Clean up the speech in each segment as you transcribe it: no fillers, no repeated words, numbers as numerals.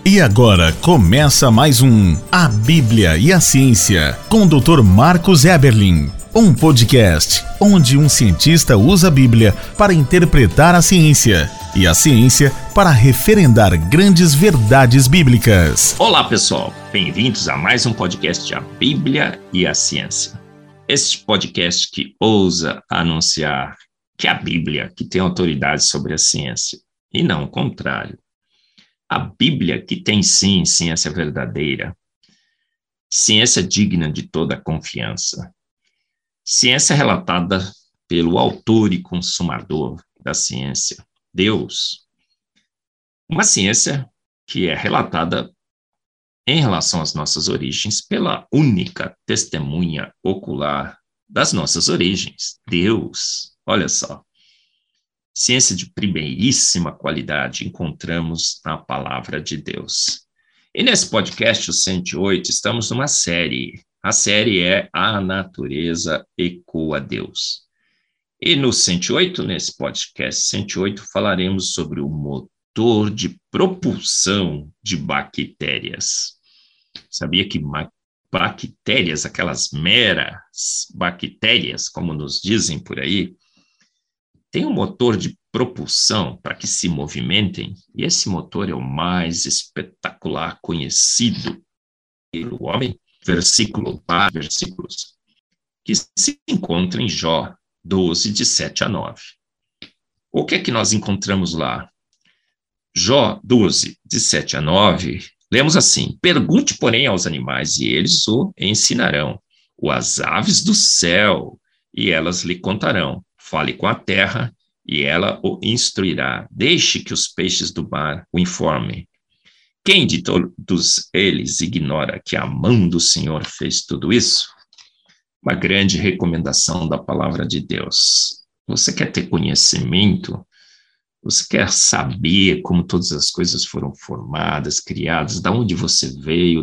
E agora começa mais um A Bíblia e a Ciência, com o Dr. Marcos Eberlin. Um podcast onde um cientista usa a Bíblia para interpretar a ciência e a ciência para referendar grandes verdades bíblicas. Olá, pessoal. Bem-vindos a mais um podcast de A Bíblia e a Ciência. Este podcast que ousa anunciar que a Bíblia que tem autoridade sobre a ciência, e não o contrário. A Bíblia que tem sim ciência verdadeira, ciência digna de toda confiança, ciência relatada pelo autor e consumador da ciência, Deus. Uma ciência que é relatada em relação às nossas origens pela única testemunha ocular das nossas origens, Deus. Olha só. Ciência de primeiríssima qualidade encontramos na palavra de Deus. E nesse podcast, o 108, estamos numa série. A série é A Natureza Ecoa Deus. E no 108, nesse podcast 108, falaremos sobre o motor de propulsão de bactérias. Sabia que bactérias, aquelas meras bactérias, como nos dizem por aí, tem um motor de propulsão para que se movimentem, e esse motor é o mais espetacular conhecido pelo homem, versículos, que se encontra em Jó 12, de 7 a 9. O que é que nós encontramos lá? Jó 12, de 7 a 9, lemos assim: pergunte, porém, aos animais, e eles o ensinarão, ou às aves do céu, e elas lhe contarão. Fale com a terra, e ela o instruirá. Deixe que os peixes do mar o informem. Quem de todos eles ignora que a mão do Senhor fez tudo isso? Uma grande recomendação da palavra de Deus. Você quer ter conhecimento? Você quer saber como todas as coisas foram formadas, criadas, de onde você veio,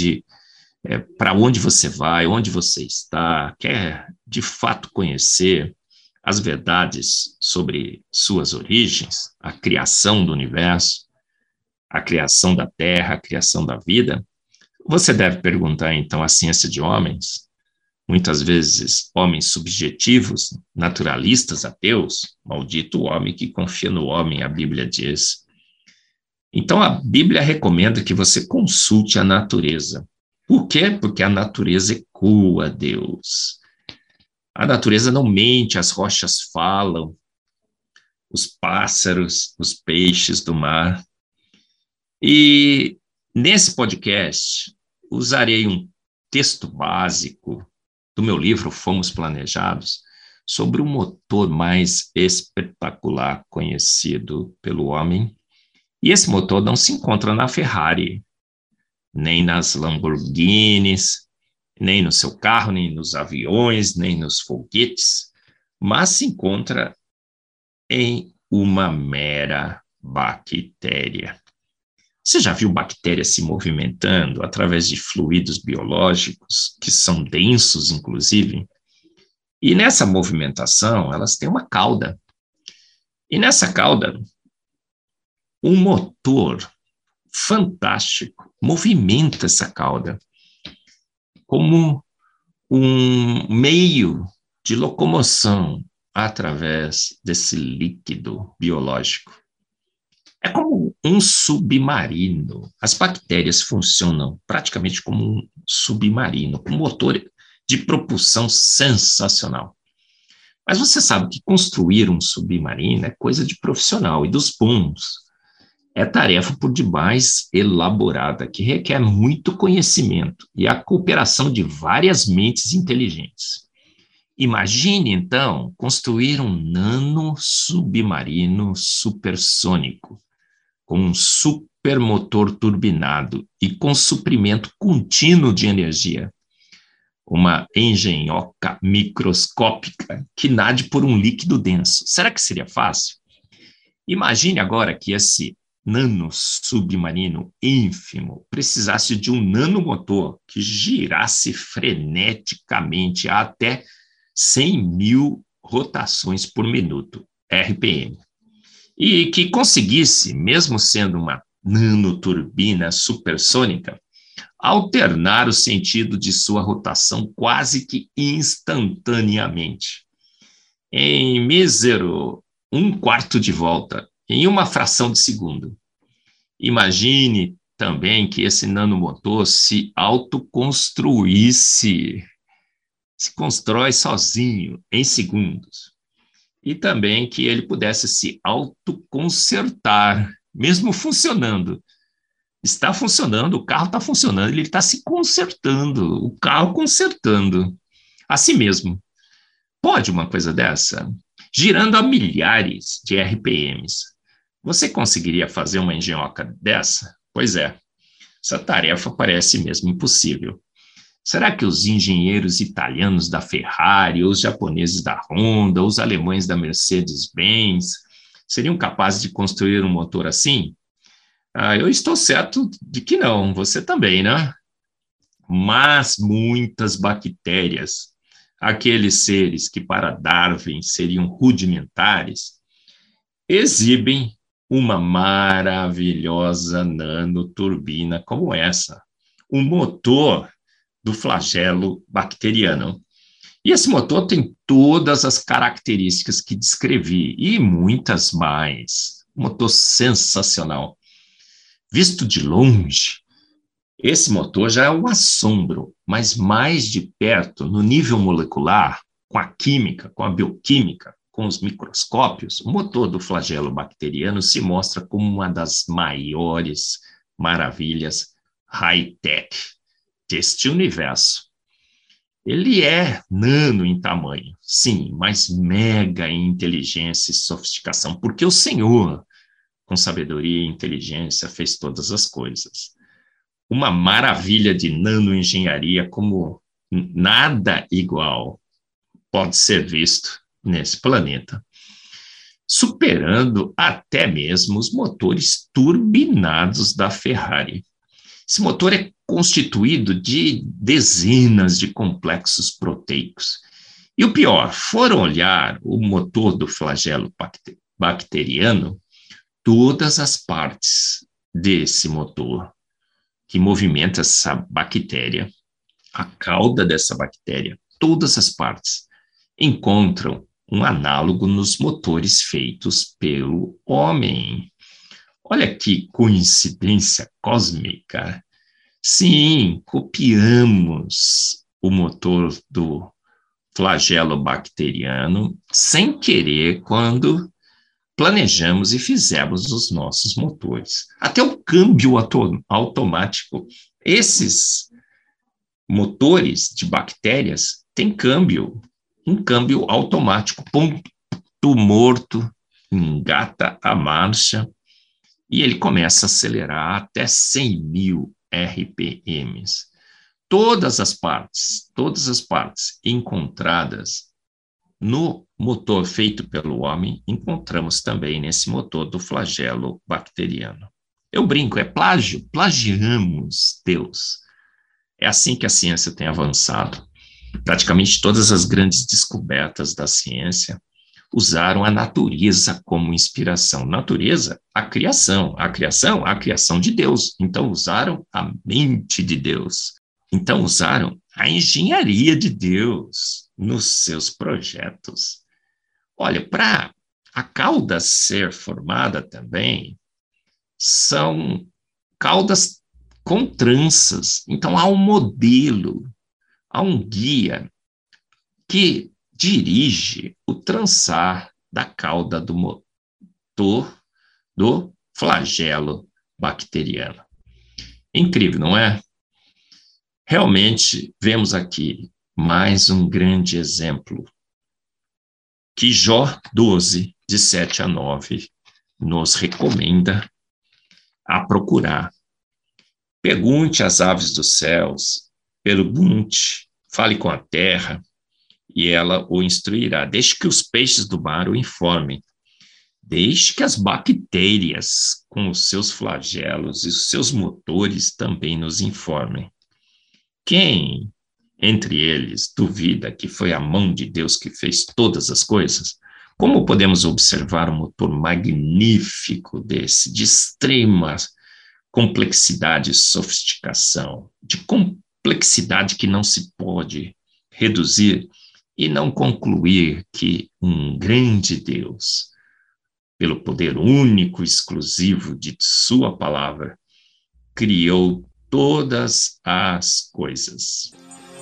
para onde você vai, onde você está? Quer de fato conhecer as verdades sobre suas origens, a criação do universo, a criação da terra, a criação da vida? Você deve perguntar, então, à ciência de homens, muitas vezes homens subjetivos, naturalistas, ateus. Maldito o homem que confia no homem, a Bíblia diz. Então, a Bíblia recomenda que você consulte a natureza. Por quê? Porque a natureza ecoa Deus. A natureza não mente, as rochas falam, os pássaros, os peixes do mar. E nesse podcast, usarei um texto básico do meu livro Fomos Planejados, sobre o motor mais espetacular conhecido pelo homem. E esse motor não se encontra na Ferrari, nem nas Lamborghinis, nem no seu carro, nem nos aviões, nem nos foguetes, mas se encontra em uma mera bactéria. Você já viu bactérias se movimentando através de fluidos biológicos, que são densos, inclusive? E nessa movimentação, elas têm uma cauda. E nessa cauda, um motor fantástico movimenta essa cauda como um meio de locomoção através desse líquido biológico. É como um submarino. As bactérias funcionam praticamente como um submarino, com um motor de propulsão sensacional. Mas você sabe que construir um submarino é coisa de profissional e dos bons. É tarefa por demais elaborada, que requer muito conhecimento e a cooperação de várias mentes inteligentes. Imagine, então, construir um nano-submarino supersônico, com um supermotor turbinado e com suprimento contínuo de energia. Uma engenhoca microscópica que nade por um líquido denso. Será que seria fácil? Imagine agora que esse nano-submarino ínfimo precisasse de um nanomotor que girasse freneticamente a até 100.000 rotações por minuto, RPM, e que conseguisse, mesmo sendo uma nanoturbina supersônica, alternar o sentido de sua rotação quase que instantaneamente, em mísero 1/4 de volta, em uma fração de segundo. Imagine também que esse nanomotor se autoconstruísse, se constrói sozinho em segundos. E também que ele pudesse se autoconsertar, mesmo funcionando. Está funcionando, o carro está funcionando, ele está se consertando, o carro consertando a si mesmo. Pode uma coisa dessa? Girando a milhares de RPMs. Você conseguiria fazer uma engenhoca dessa? Pois é, essa tarefa parece mesmo impossível. Será que os engenheiros italianos da Ferrari, os japoneses da Honda, os alemães da Mercedes-Benz seriam capazes de construir um motor assim? Eu estou certo de que não, você também, né? Mas muitas bactérias, aqueles seres que para Darwin seriam rudimentares, exibem uma maravilhosa nanoturbina como essa, um motor do flagelo bacteriano. E esse motor tem todas as características que descrevi, e muitas mais. Um motor sensacional. Visto de longe, esse motor já é um assombro, mas mais de perto, no nível molecular, com a química, com a bioquímica, com os microscópios, o motor do flagelo bacteriano se mostra como uma das maiores maravilhas high-tech deste universo. Ele é nano em tamanho, sim, mas mega em inteligência e sofisticação, porque o Senhor, com sabedoria e inteligência, fez todas as coisas. Uma maravilha de nanoengenharia como nada igual pode ser visto nesse planeta, superando até mesmo os motores turbinados da Ferrari. Esse motor é constituído de dezenas de complexos proteicos. E o pior, foram olhar o motor do flagelo bacteriano, todas as partes desse motor que movimenta essa bactéria, a cauda dessa bactéria, todas as partes encontram um análogo nos motores feitos pelo homem. Olha que coincidência cósmica. Sim, copiamos o motor do flagelo bacteriano sem querer quando planejamos e fizemos os nossos motores. Até o câmbio automático. Esses motores de bactérias têm câmbio, um câmbio automático, ponto morto, engata a marcha e ele começa a acelerar até 100.000 RPMs. Todas as partes encontradas no motor feito pelo homem, encontramos também nesse motor do flagelo bacteriano. Eu brinco, é plágio, plagiamos Deus. É assim que a ciência tem avançado. Praticamente todas as grandes descobertas da ciência usaram a natureza como inspiração. Natureza, a criação de Deus. Então usaram a mente de Deus. Então usaram a engenharia de Deus nos seus projetos. Olha, para a cauda ser formada também, são caudas com tranças. Então há um modelo, há um guia que dirige o trançar da cauda do motor do flagelo bacteriano. Incrível, não é? Realmente, vemos aqui mais um grande exemplo que Jó 12, de 7 a 9, nos recomenda a procurar. Pergunte às aves dos céus, pergunte, fale com a terra, e ela o instruirá. Deixe que os peixes do mar o informem. Deixe que as bactérias, com os seus flagelos e os seus motores, também nos informem. Quem, entre eles, duvida que foi a mão de Deus que fez todas as coisas? Como podemos observar um motor magnífico desse, de extrema complexidade e sofisticação, de complexidade que não se pode reduzir e não concluir que um grande Deus, pelo poder único e exclusivo de sua palavra, criou todas as coisas.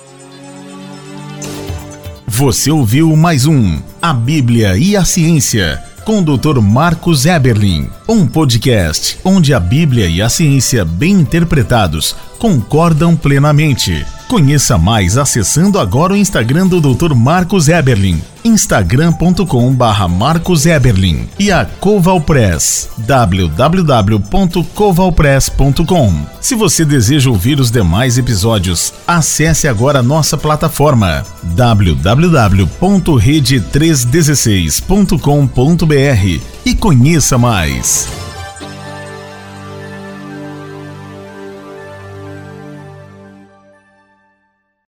Você ouviu mais um A Bíblia e a Ciência, com o Dr. Marcos Eberlin, um podcast onde a Bíblia e a ciência bem interpretados concordam plenamente. Conheça mais acessando agora o Instagram do Dr. Marcos Eberlin, instagram.com/Marcos Eberlin, e a Coval Press, www.covalpress.com. Se você deseja ouvir os demais episódios, acesse agora nossa plataforma www.rede316.com.br e conheça mais.